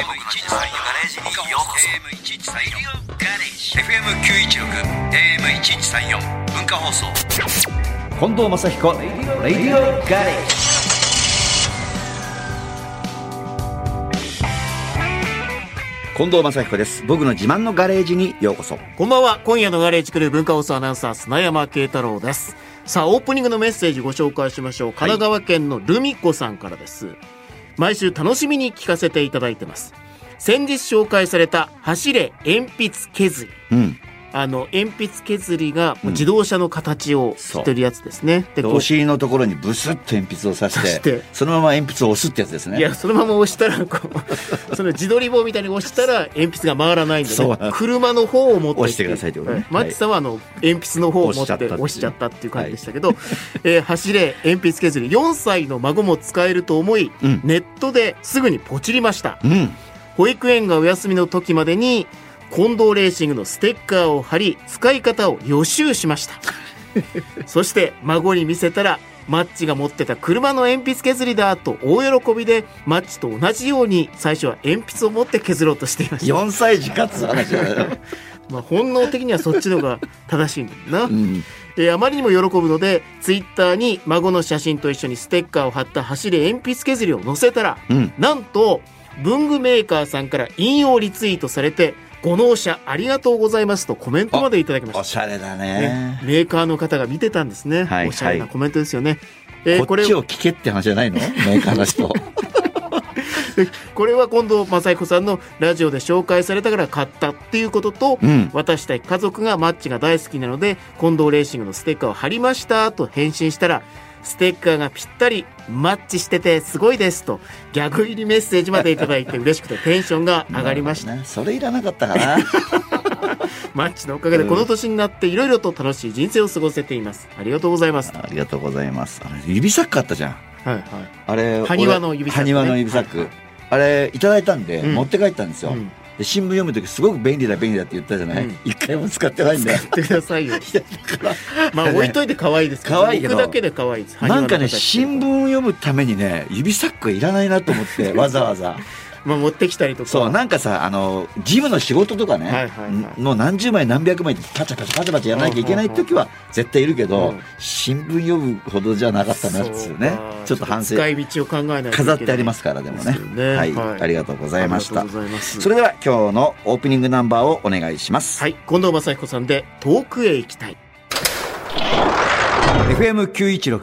FM916 文化放送近藤正彦レディオガレージ。近藤正彦です。僕の自慢のガレージにようこそ。 こんばんは。今夜のガレージクルー文化放送アナウンサー砂山慶太郎です。さあ、オープニングのメッセージご紹介しましょう。神奈川県のルミ子さんからです。毎週楽しみに聞かせていただいてます。先日紹介された走れ鉛筆削り、鉛筆削りが自動車の形をしてるやつですね。 でお尻のところにブスッと鉛筆を刺してそのまま鉛筆を押すってやつですね。 いや、そのまま押したらその自撮り棒みたいに押したら鉛筆が回らないんでね、車の方を持って押してくださいということね。 マッチさんは鉛筆の方を持って押しちゃったっていう感じでしたけど、走れ鉛筆削り4歳の孫も使えると思い、ネットですぐにポチりました。保育園がお休みの時までに近藤レーシングのステッカーを貼り、使い方を予習しましたそして孫に見せたら、マッチが持ってた車の鉛筆削りだと大喜びで、マッチと同じように最初は鉛筆を持って削ろうとしていました。 4歳児かつ話だよ本能的にはそっちの方が正しいんだな、あまりにも喜ぶのでツイッターに孫の写真と一緒にステッカーを貼った走れ鉛筆削りを載せたら、なんと文具メーカーさんから引用リツイートされて、ご納車ありがとうございますとコメントまでいただきました。 おしゃれだ ね。 メーカーの方が見てたんですね、おしゃれなコメントですよね。 こっちを聞けって話じゃないのメーカーの人これは近藤正彦さんのラジオで紹介されたから買ったっていうことと、私たち家族がマッチが大好きなので近藤レーシングのステッカーを貼りましたと返信したら、ステッカーがぴったりマッチしててすごいですとギャグ入りメッセージまでいただいて嬉しくてテンションが上がりました、 それいらなかったかなマッチのおかげでこの年になっていろいろと楽しい人生を過ごせています。ありがとうございます。 ありがとうございます。指サックあったじゃん、あれ埴輪の指サック、 埴輪の指サック、あれいただいたんで、持って帰ったんですよ、で新聞読むときすごく便利だって言ったじゃない、一回も使ってないんだよ。 使ってくださいよ置いといて可愛いですけど、僕だけで可愛いです。 なんかね、新聞読むためにね指サックいらないなと思ってわざわざ持ってきたりとか、 そうなんかさ、事務の仕事とかね、の何十枚何百枚ってパチャやらなきゃいけない時は絶対いるけど、新聞読むほどじゃなかったなっつうね、ちょっと反省、 使い道を考えないといけない。 飾ってありますからでもね、ありがとうございました。それでは今日のオープニングナンバーをお願いします。 近藤正彦さんで遠くへ行きたい。 FM916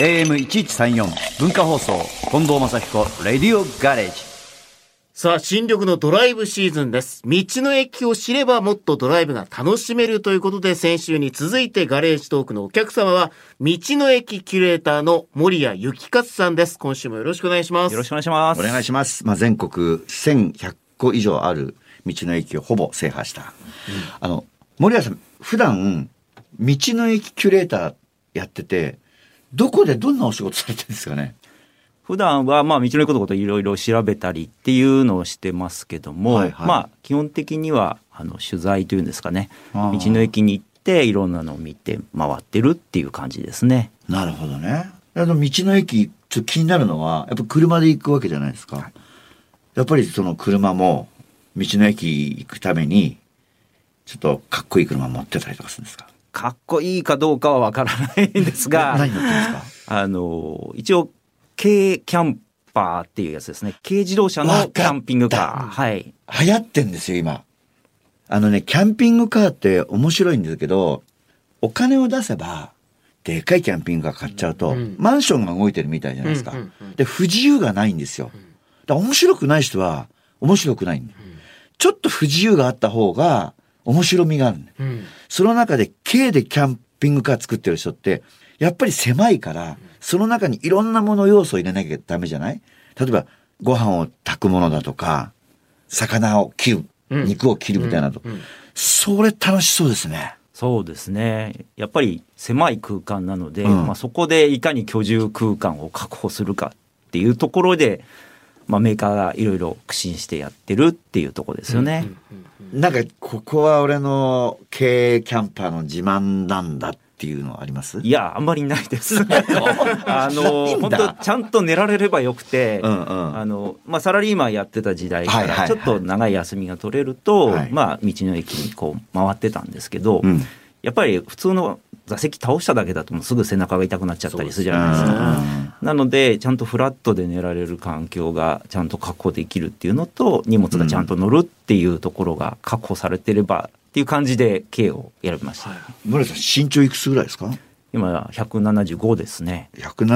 AM1134 文化放送近藤正彦レディオガレージ。 さあ、新緑のドライブシーズンです。道の駅を知ればもっとドライブが楽しめるということで、先週に続いてガレージトークのお客様は道の駅キュレーターの森谷幸勝さんです。今週もよろしくお願いします。 よろしくお願いします。 お願いします。全国1100個以上ある道の駅をほぼ制覇した、森谷さん、普段道の駅キュレーターやってて、どこでどんなお仕事されてるんですかね？ 普段は道の駅のこといろいろ調べたりっていうのをしてますけども、基本的には取材というんですかね、道の駅に行っていろんなのを見て回ってるっていう感じですね。 なるほどね。道の駅ちょっと気になるのは、やっぱ車で行くわけじゃないですか、やっぱりその車も道の駅行くためにちょっとかっこいい車持ってたりとかするんですか？ かっこいいかどうかはわからないんですが何乗ってるんですか？ 一応軽キャンパーっていうやつですね。軽自動車のキャンピングカー。 流行ってんですよ今。キャンピングカーって面白いんですけど、お金を出せばでかいキャンピングカー買っちゃうと、マンションが動いてるみたいじゃないですか、で不自由がないんですよ。だから面白くない人は面白くないんだよ、ちょっと不自由があった方が面白みがあるんだよ、その中で軽でキャンピングカー作ってる人ってやっぱり狭いから、その中にいろんなもの要素を入れなきゃダメじゃない？例えばご飯を炊くものだとか、魚を切る、肉を切るみたいなと、それ楽しそうですね。 そうですね。やっぱり狭い空間なので、そこでいかに居住空間を確保するかっていうところで、メーカーがいろいろ苦心してやってるっていうところですよね。 なんかここは俺の軽キャンパーの自慢なんだってっていうのはあります？ いや、あんまりないです。本当ちゃんと寝られればよくて、サラリーマンやってた時代からちょっと長い休みが取れると、道の駅にこう回ってたんですけど、やっぱり普通の座席倒しただけだともうすぐ背中が痛くなっちゃったりするじゃないですか。なのでちゃんとフラットで寝られる環境がちゃんと確保できるっていうのと、荷物がちゃんと乗るっていうところが確保されてればっていう感じで K を選びました。 村井さん身長いくつぐらいですか？ 今175ですね。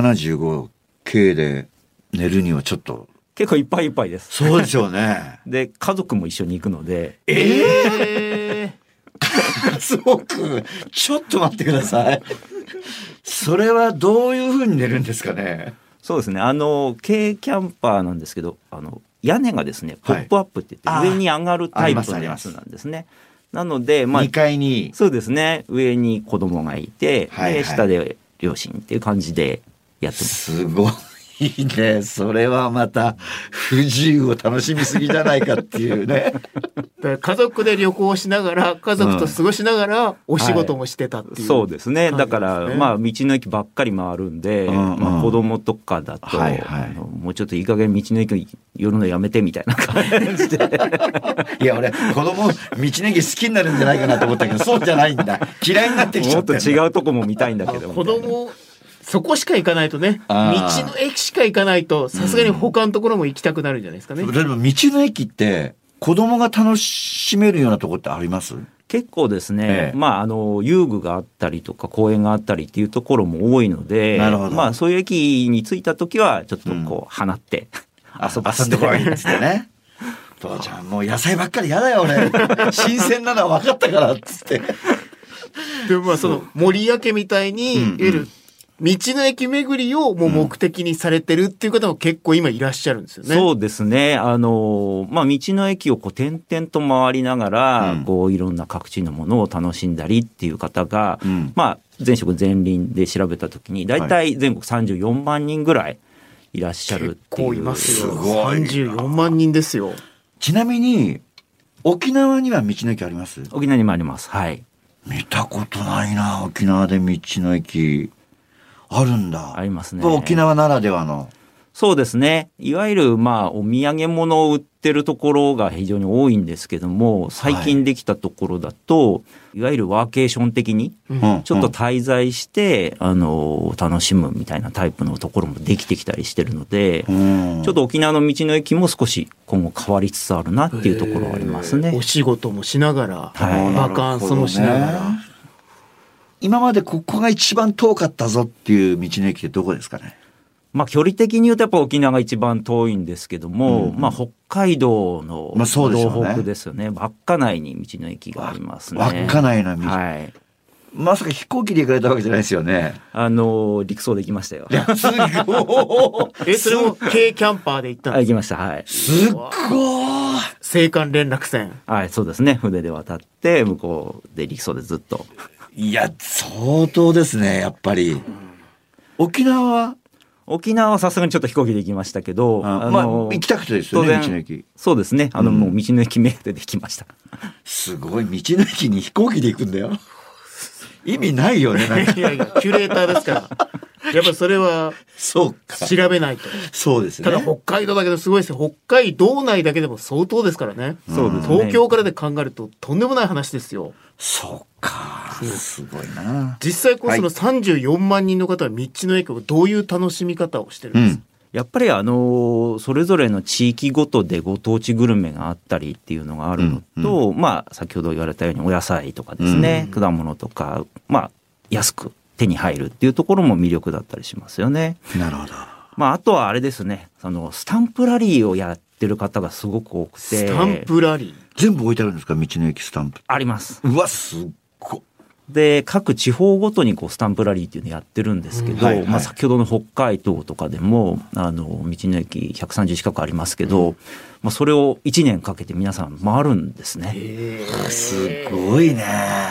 175 K で寝るにはちょっと結構いっぱいいっぱいです。 そうですよね。 で家族も一緒に行くので。 家族ちょっと待ってください。それはどういう風に寝るんですかね？ そうですね。軽キャンパーなんですけど、屋根がですね、ポップアップって言って上に上がるタイプのやつなんですね。なので、 2階に。 そうですね。上に子供がいて、で下で両親っていう感じでやってます。 すごいね。それはまた不自由を楽しみすぎじゃないかっていうね。 家族で旅行しながら、家族と過ごしながらお仕事もしてたっていう、 そうですね。だから道の駅ばっかり回るんで、子供とかだと、もうちょっといい加減道の駅寄るのやめてみたいな感じで。 いや俺子供道の駅好きになるんじゃないかなと思ったけど、そうじゃないんだ。嫌いになってきちゃったんだ。 もっと違うとこも見たいんだけど。 子供そこしか行かないとね、道の駅しか行かないとさすがに他のところも行きたくなるんじゃないですかね。 例えば道の駅って子供が楽しめるようなとこってあります？ 結構ですね、遊具があったりとか公園があったりっていうところも多いので、そういう駅に着いた時はちょっとこう放って遊ばせてこいんですね。父ちゃんもう野菜ばっかりやだよ俺。新鮮なのは分かったからっつって。 でもその森家みたいに得る道の駅巡りをもう目的にされてるっていう方も結構今いらっしゃるんですよね。 そうですね。道の駅をこう点々と回りながら、こういろんな各地のものを楽しんだりっていう方が、全国全林で調べた時にだいたい全国34万人ぐらいいらっしゃるっていう。 結構いますよ。34万人ですよ。 ちなみに沖縄には道の駅あります？ 沖縄にもあります。はい。 見たことないな。沖縄で道の駅あるんだ。 ありますね。 沖縄ならではの。 そうですね。いわゆるお土産物を売ってるところが非常に多いんですけども、最近できたところだと、いわゆるワーケーション的にちょっと滞在して、楽しむみたいなタイプのところもできてきたりしてるので、ちょっと沖縄の道の駅も少し今後変わりつつあるなっていうところはありますね。 お仕事もしながら、バカンスもしながら。 今までここが一番遠かったぞっていう道の駅ってどこですかね？ 距離的に言うとやっぱ沖縄が一番遠いんですけども、北海道の道北ですよね。稚内に道の駅がありますね。 稚内の道。 はい。 まさか飛行機で行かれたわけじゃないですよね。 陸送で行きましたよ。 すごい。 それも軽キャンパーで行ったんですか？ 行きました。はい。 すっごい。 青函連絡船。 はい、そうですね。船で渡って向こうで陸送でずっと。 いや相当ですねやっぱり。沖縄はさすがにちょっと飛行機で行きましたけど、 行きたくてですよね道の駅。 そうですね。もう道の駅目当てで行きました。 すごい道の駅に飛行機で行くんだよ。意味ないよね。 いやキュレーターですから。やっぱそれは調べないと。 そうですね。 ただ北海道だけどすごいですよ。北海道内だけでも相当ですからね。 そうですね。 東京からで考えるととんでもない話ですよ。 そうか。すごいな。 実際その34万人の方は道の駅をどういう楽しみ方をしてるんですか？ やっぱりそれぞれの地域ごとでご当地グルメがあったりっていうのがあるのと、先ほど言われたようにお野菜とかですね、果物とか安く手に入るっていうところも魅力だったりしますよね。 なるほど。 あとはあれですね、スタンプラリーをやってる方がすごく多くて。 スタンプラリー全部置いてあるんですか？道の駅スタンプ。 あります。 うわすっご。 で各地方ごとにスタンプラリーっていうのをやってるんですけど、先ほどの北海道とかでも道の駅130近くありますけど、それを1年かけて皆さん回るんですね。 すごいね。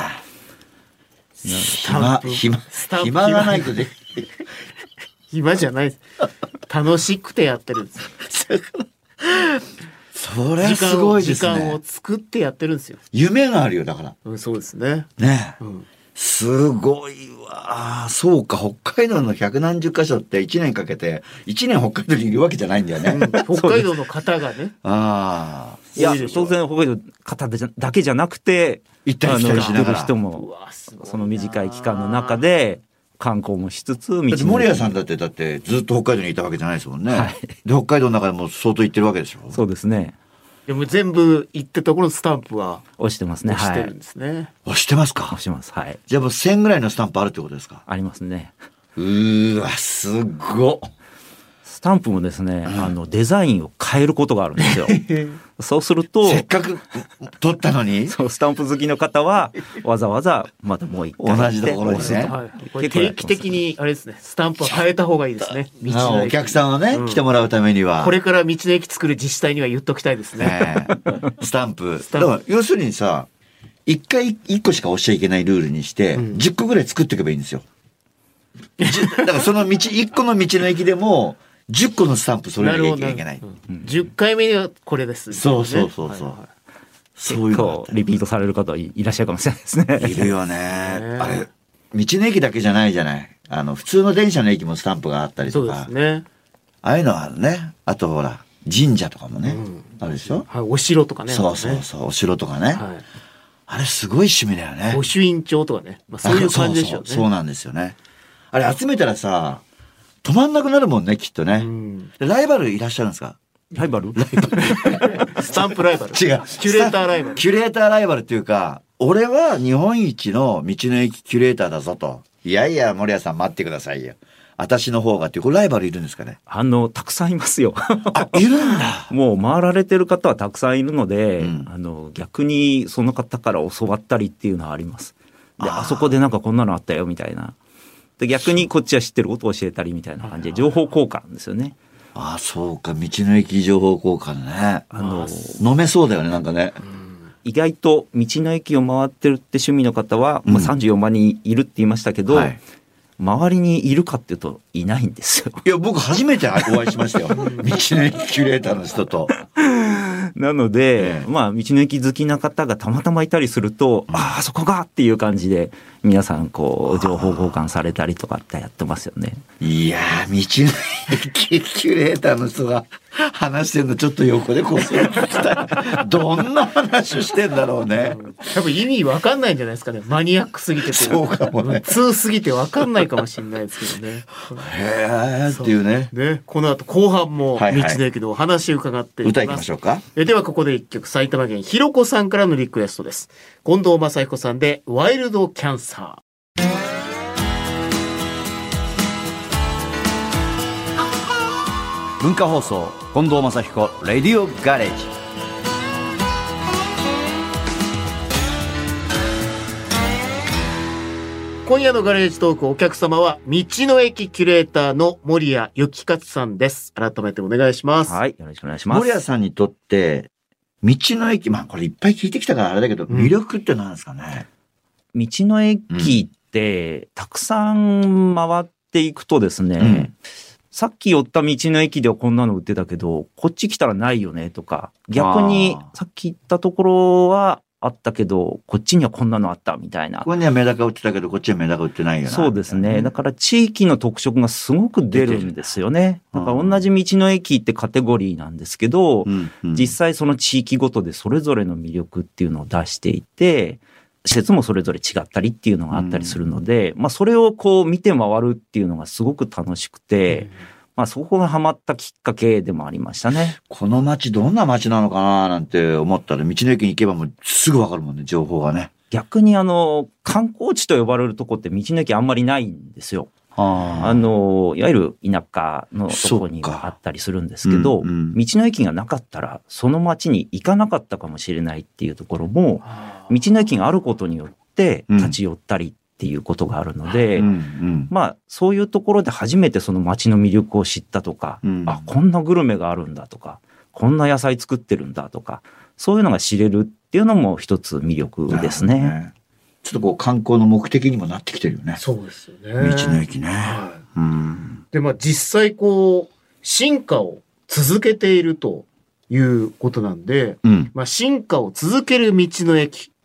暇がないとで。 暇じゃないです。楽しくてやってるんです。 それすごいですね。 時間を作ってやってるんですよ。 夢があるよだから。 そうですね。 ね。 すごいわ。そうか、北海道の百何十箇所って1年かけて、1年北海道にいるわけじゃないんだよね。 北海道の方がね。 ああ。 いや、当然北海道方だけじゃなくて、 行ったり来たりしながら。 人も、その短い期間の中で、観光もしつつ、 だって森谷さんだってずっと北海道にいたわけじゃないですもんね。はい、で、北海道の中でも相当行ってるわけでしょ。 そうですね。 でも全部行ってところのスタンプは押してますね。 押してるんですね。 押してますか？ 押してます。はい。 じゃあもう1000ぐらいのスタンプあるってことですか？ ありますね。 わ、すごっ。 スタンプもですね、デザインを変えることがあるんですよ。そうすると、 せっかく撮ったのに、 そう、スタンプ好きの方は、わざわざまたもう一回。 同じところにね。 はい、これ定期的に、あれですね、スタンプは変えた方がいいですね。 道の駅。お客さんをね、来てもらうためには。 これから道の駅作る自治体には言っときたいですね。 スタンプ。だから要するにさ、1回1個しか押しちゃいけないルールにして、10個ぐらい作っていけばいいんですよ。だからその1個の道の駅でも、10個のスタンプそれなきゃいけない。 10回目はこれです、ね。 そうそうそうそう。 そういうのリピートされる方いらっしゃるかもしれないですね。 いるよね。あれ、道の駅だけじゃないじゃない。普通の電車の駅もスタンプがあったりとか。 そうですね。 ああいうのはね、あとほら、神社とかもね、あるでしょ。 はい、お城とかね。 そうそうそう、お城とかね。あれすごい趣味だよね。 御朱印帳とかね。そういう感じでしょうね。 そうなんですよね。あれ集めたらさ、止まんなくなるもんね、きっとね。ライバルいらっしゃるんですか？ ライバルスタンプライバル。違う。キュレーターライバル。 キュレーターライバルっていうか、俺は日本一の道の駅キュレーターだぞと。いやいや、森谷さん待ってくださいよ。私の方がっていう、これライバルいるんですかね？ たくさんいますよ。 あ、いるんだ。 もう回られてる方はたくさんいるので、逆にその方から教わったりっていうのはあります。で、あそこでなんかこんなのあったよみたいな。で、逆にこっちは知ってることを教えたりみたいな感じで情報交換ですよね。 ああ、そうか。道の駅情報交換ね。飲めそうだよね、なんかね。 意外と道の駅を回ってるって趣味の方は、34万人いるって言いましたけど、周りにいるかっていうといないんですよ。 いや、僕初めてお会いしましたよ。道の駅キュレーターの人と。 なので、道の駅好きな方がたまたまいたりすると、あそこがっていう感じで、皆さん情報交換されたりとかってやってますよね。 いやー、道の駅キュレーターの人が話してるのちょっと横でこうどんな話してんだろうね。 多分意味わかんないんじゃないですかね。マニアックすぎてて。 そうかもね。 通すぎてわかんないかもしれないですけどね。 へーっていうね。 ね、この後後半も道の駅のお話を伺っていきます。 歌いきましょうか。 ではここで一曲、埼玉県ひろこさんからのリクエストです。近藤正彦さんでワイルドキャンサー。 文化放送近藤正彦レディオガレージ。 今夜のガレージトーク、お客様は道の駅キュレーターの森谷幸勝さんです。改めてお願いします。 はい、よろしくお願いします。 森谷さんにとって道の駅、これいっぱい聞いてきたからあれだけど、魅力って何ですかね？ 道の駅ってたくさん回っていくとですね、さっき寄った道の駅ではこんなの売ってたけど、こっち来たらないよねとか、逆にさっき言ったところはあったけど、こっちにはこんなのあったみたいな。 ここにはメダカ売ってたけど、こっちはメダカ売ってないよな。 そうですね。だから地域の特色がすごく出るんですよね。だから同じ道の駅ってカテゴリーなんですけど、実際その地域ごとでそれぞれの魅力っていうのを出していて、施設もそれぞれ違ったりっていうのがあったりするので、それを見て回るっていうのがすごく楽しくて、そこがハマったきっかけでもありましたね。 この街どんな街なのかななんて思ったら、道の駅に行けばもうすぐわかるもんね、情報がね。 逆に観光地と呼ばれるとこって道の駅あんまりないんですよ。いわゆる田舎のとこにはあったりするんですけど、道の駅がなかったらその町に行かなかったかもしれないっていうところも、道の駅があることによって立ち寄ったりっていうことがあるので、そういうところで初めてその町の魅力を知ったとか、こんなグルメがあるんだとか、こんな野菜作ってるんだとか、そういうのが知れるっていうのも一つ魅力ですね。 ちょっと観光の目的にもなってきてるよね。 そうですよね。 道の駅ね。 で、実際進化を続けているということなんで、進化を続ける道の駅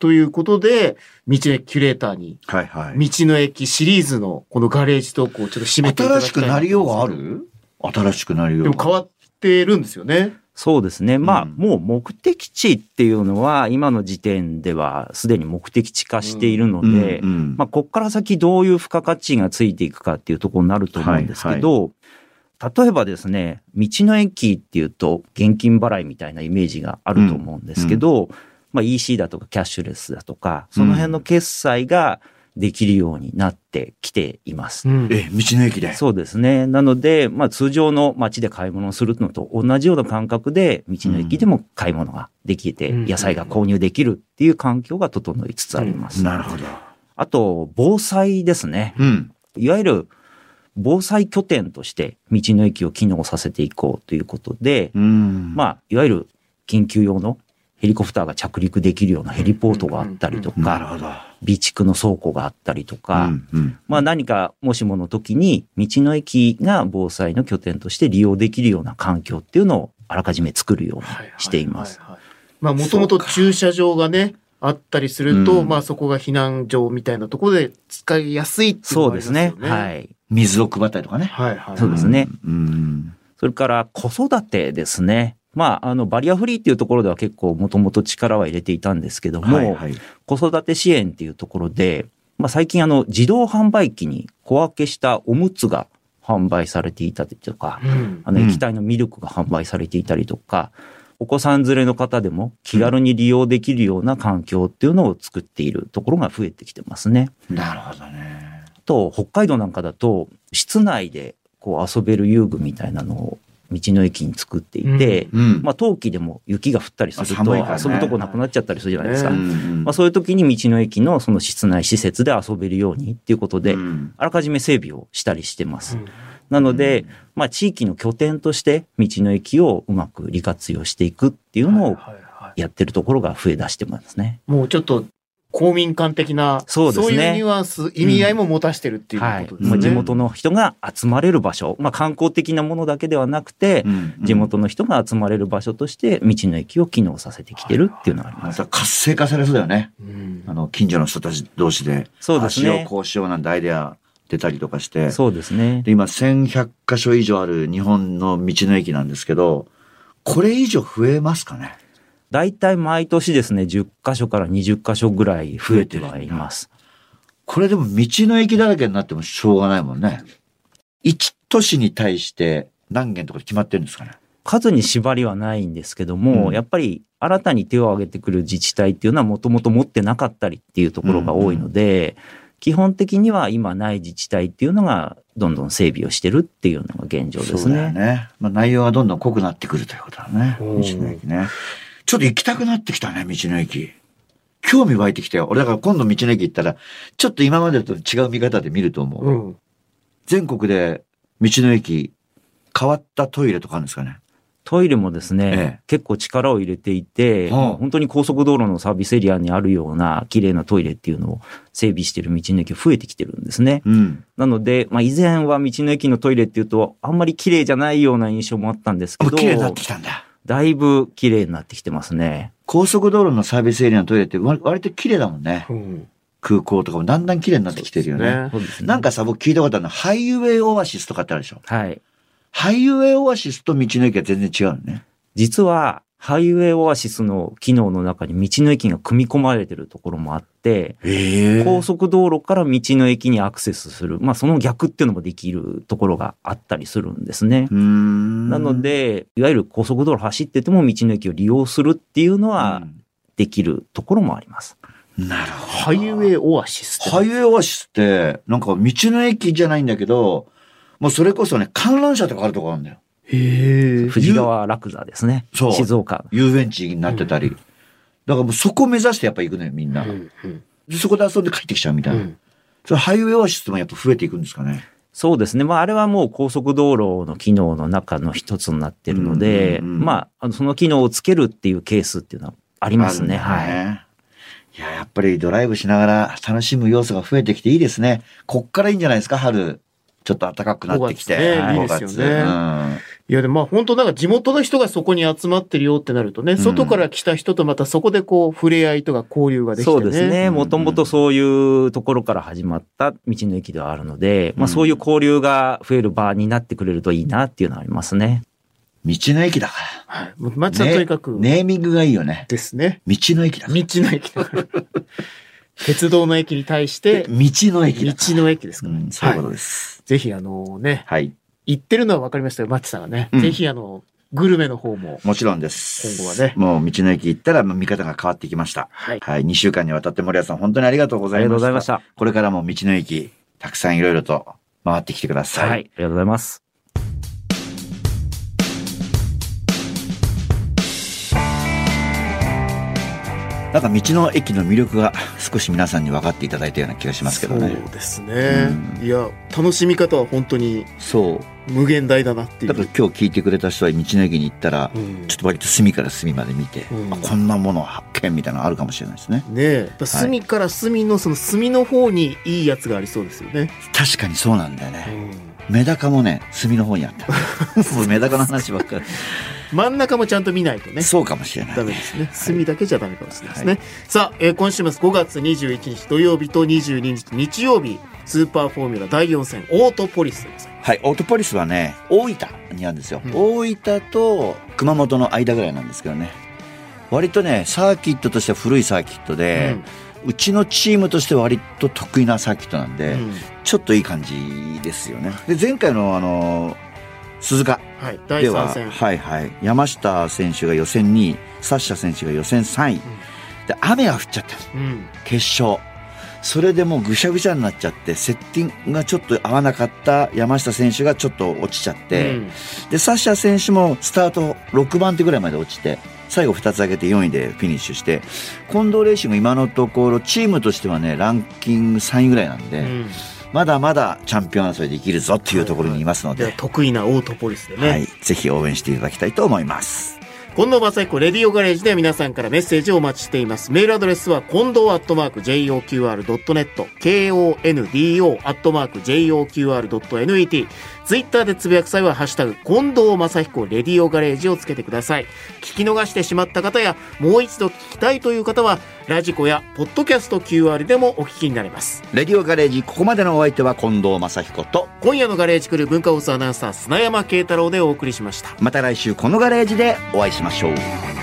ということで、道の駅キュレーターに、 はいはい。 道の駅シリーズのこのガレージトークをちょっと締めていただきたい。 新しくなりようがある？新しくなりようが。 でも変わってるんですよね。 そうですね。まあ、もう目的地っていうのは、今の時点ではすでに目的地化しているので、まあ、こっから先どういう付加価値がついていくかっていうところになると思うんですけど、例えばですね、道の駅っていうと現金払いみたいなイメージがあると思うんですけど、まあ EC だとかキャッシュレスだとか、その辺の決済ができるようになってきています。 道の駅で。 そうですね。なので、まあ通常の街で買い物をするのと同じような感覚で、道の駅でも買い物ができて、野菜が購入できるっていう環境が整いつつあります。 なるほど。 あと、防災ですね。いわゆる、防災拠点として道の駅を機能させていこうということで、まあ、いわゆる緊急用のヘリコプターが着陸できるようなヘリポートがあったりとか、備蓄の倉庫があったりとか、まあ何かもしもの時に道の駅が防災の拠点として利用できるような環境っていうのをあらかじめ作るようにしています。 まあもともと駐車場がね、あったりすると、まあそこが避難所みたいなところで使いやすいっていうのがありますよね。 そうですね。はい。 水を配ったりとかね。 そうですね。それから子育てですね。まあ、バリアフリーっていうところでは結構もともと力は入れていたんですけども、子育て支援っていうところで、まあ最近自動販売機に小分けしたおむつが販売されていたりとか、液体のミルクが販売されていたりとか、お子さん連れの方でも気軽に利用できるような環境っていうのを作っているところが増えてきてますね。 なるほどね。 と、北海道なんかだと、室内でこう遊べる遊具みたいなのを道の駅に作っていて、まあ冬季でも雪が降ったりすると遊ぶとこなくなっちゃったりするじゃないですか。まあそういう時に道の駅のその室内施設で遊べるようにっていうことで、あらかじめ整備をしたりしてます。なので、まあ地域の拠点として道の駅をうまく利活用していくっていうのをやってるところが増え出してますね。 もうちょっと公民館的な、そういうニュアンス、意味合いも持たしてるっていうことですね。 地元の人が集まれる場所、まあ観光的なものだけではなくて、地元の人が集まれる場所として道の駅を機能させてきてるっていうのがあります。 活性化されそうだよね。近所の人たち同士で、 そうですね。 足をこうしようなんてアイデア出たりとかして。 そうですね。 で今1100カ所以上ある日本の道の駅なんですけど、これ以上増えますかね？ だいたい毎年ですね、10カ所から20カ所ぐらい増えてはいます。 これでも道の駅だらけになってもしょうがないもんね。1都市に対して何件とか決まってるんですかね？ 数に縛りはないんですけども、やっぱり新たに手を挙げてくる自治体っていうのはもともと持ってなかったりっていうところが多いので、基本的には今ない自治体っていうのがどんどん整備をしてるっていうのが現状ですね。そうだよね。まあ内容がどんどん濃くなってくるということだね。道の駅ね。ちょっと行きたくなってきたね、道の駅。興味湧いてきたよ。俺だから今度道の駅行ったら、ちょっと今までと違う見方で見ると思う。全国で道の駅、変わったトイレとかあるんですかね？ トイレもですね、結構力を入れていて、本当に高速道路のサービスエリアにあるような綺麗なトイレっていうのを整備している道の駅が増えてきてるんですね。なので、まあ以前は道の駅のトイレっていうと、あんまり綺麗じゃないような印象もあったんですけど。 綺麗になってきたんだ。 だいぶ綺麗になってきてますね。 高速道路のサービスエリアのトイレって割と綺麗だもんね。空港とかもだんだん綺麗になってきてるよね。なんかさ、僕聞いたことあるのハイウェイオアシスとかってあるでしょ？はい。ハイウェイオアシスと道の駅は全然違うのね。 実は、ハイウェイオアシスの機能の中に道の駅が組み込まれてるところもあって、高速道路から道の駅にアクセスする。まあその逆っていうのもできるところがあったりするんですね。なので、いわゆる高速道路走ってても道の駅を利用するっていうのはできるところもあります。 なるほど。 ハイウェイオアシスって。 ハイウェイオアシスって、なんか道の駅じゃないんだけど、もうそれこそね、観覧車とかあるとこあるんだよ。 富士川楽座ですね。静岡。 遊園地になってたり。だからもうそこ目指してやっぱ行くのよ、みんな。でそこで遊んで帰ってきちゃうみたいな。それハイウェイオアシスもやっぱ増えていくんですかね。 そうですね。まああれはもう高速道路の機能の中の一つになってるので、まあその機能をつけるっていうケースっていうのはありますね。はい。 いや、やっぱりドライブしながら楽しむ要素が増えてきていいですね。こっからいいんじゃないですか、春。 ちょっと暖かくなってきて。 いいですよね。いやでもまあ本当なんか地元の人がそこに集まってるよってなるとね、外から来た人とまたそこでこう触れ合いとか交流ができてね。 そうですね。もともとそういうところから始まった道の駅ではあるので、まあそういう交流が増える場になってくれるといいなっていうのはありますね。 道の駅だから。 はい。町さんとにかく。 ネーミングがいいよね。 ですね。 道の駅だから。 道の駅だから。鉄道の駅に対して。 道の駅だから。 道の駅ですから、 そういうことです。 ぜひね。はい。言ってるのは分かりましたよ、マッチさんがね。ぜひグルメの方も。 もちろんです。 今後はね。 もう道の駅行ったら見方が変わってきました。はい。はい。2週間にわたって森谷さん本当にありがとうございました。ありがとうございました。これからも道の駅、たくさんいろいろと回ってきてください。 はい。ありがとうございます。 なんか道の駅の魅力が少し皆さんに分かっていただいたような気がしますけどね。 そうですね。いや、楽しみ方は本当に無限大だなっていう。 だから今日聞いてくれた人は道の駅に行ったら、ちょっと割と隅から隅まで見て、こんなもの発見みたいなのあるかもしれないですね。ねえ。隅から隅のその隅の方にいいやつがありそうですよね。 確かにそうなんだよね。メダカもね、隅の方にあった。もうメダカの話ばっかり。 真ん中もちゃんと見ないとね。 そうかもしれない。 ダメですね。隅だけじゃダメかもしれないですね。さあ、今週末5月21日土曜日と22日日曜日、スーパーフォーミュラ第4戦、オートポリスです。 はい、オートポリスはね、大分にあるんですよ。大分と熊本の間ぐらいなんですけどね。割とね、サーキットとしては古いサーキットで、うちのチームとしては割と得意なサーキットなんで、ちょっといい感じですよね。で、前回の鈴鹿では、はいはい、山下選手が予選2位、サッシャ選手が予選3位、で雨が降っちゃった、決勝。それでもうぐしゃぐしゃになっちゃって、セッティングがちょっと合わなかった山下選手がちょっと落ちちゃって、でサッシャ選手もスタート6番手ぐらいまで落ちて、最後2つ上げて4位でフィニッシュして、近藤レーシング今のところチームとしてはね、ランキング3位ぐらいなんで、まだまだチャンピオン争いできるぞっていうところにいますので、 得意なオートポリスでね、 はい、ぜひ応援していただきたいと思います。 近藤正彦レディオガレージでは皆さんからメッセージをお待ちしています。メールアドレスは近藤@joqr.net、kondo@joqr.net。ツイッターでつぶやく際はハッシュタグ近藤正彦レディオガレージをつけてください。聞き逃してしまった方やもう一度聞きたいという方はラジコやポッドキャスト QR でもお聞きになれます。 レディオガレージ、ここまでのお相手は近藤正彦と、 今夜のガレージクルー文化放送アナウンサー砂山慶太郎でお送りしました。 また来週このガレージでお会いしましょう。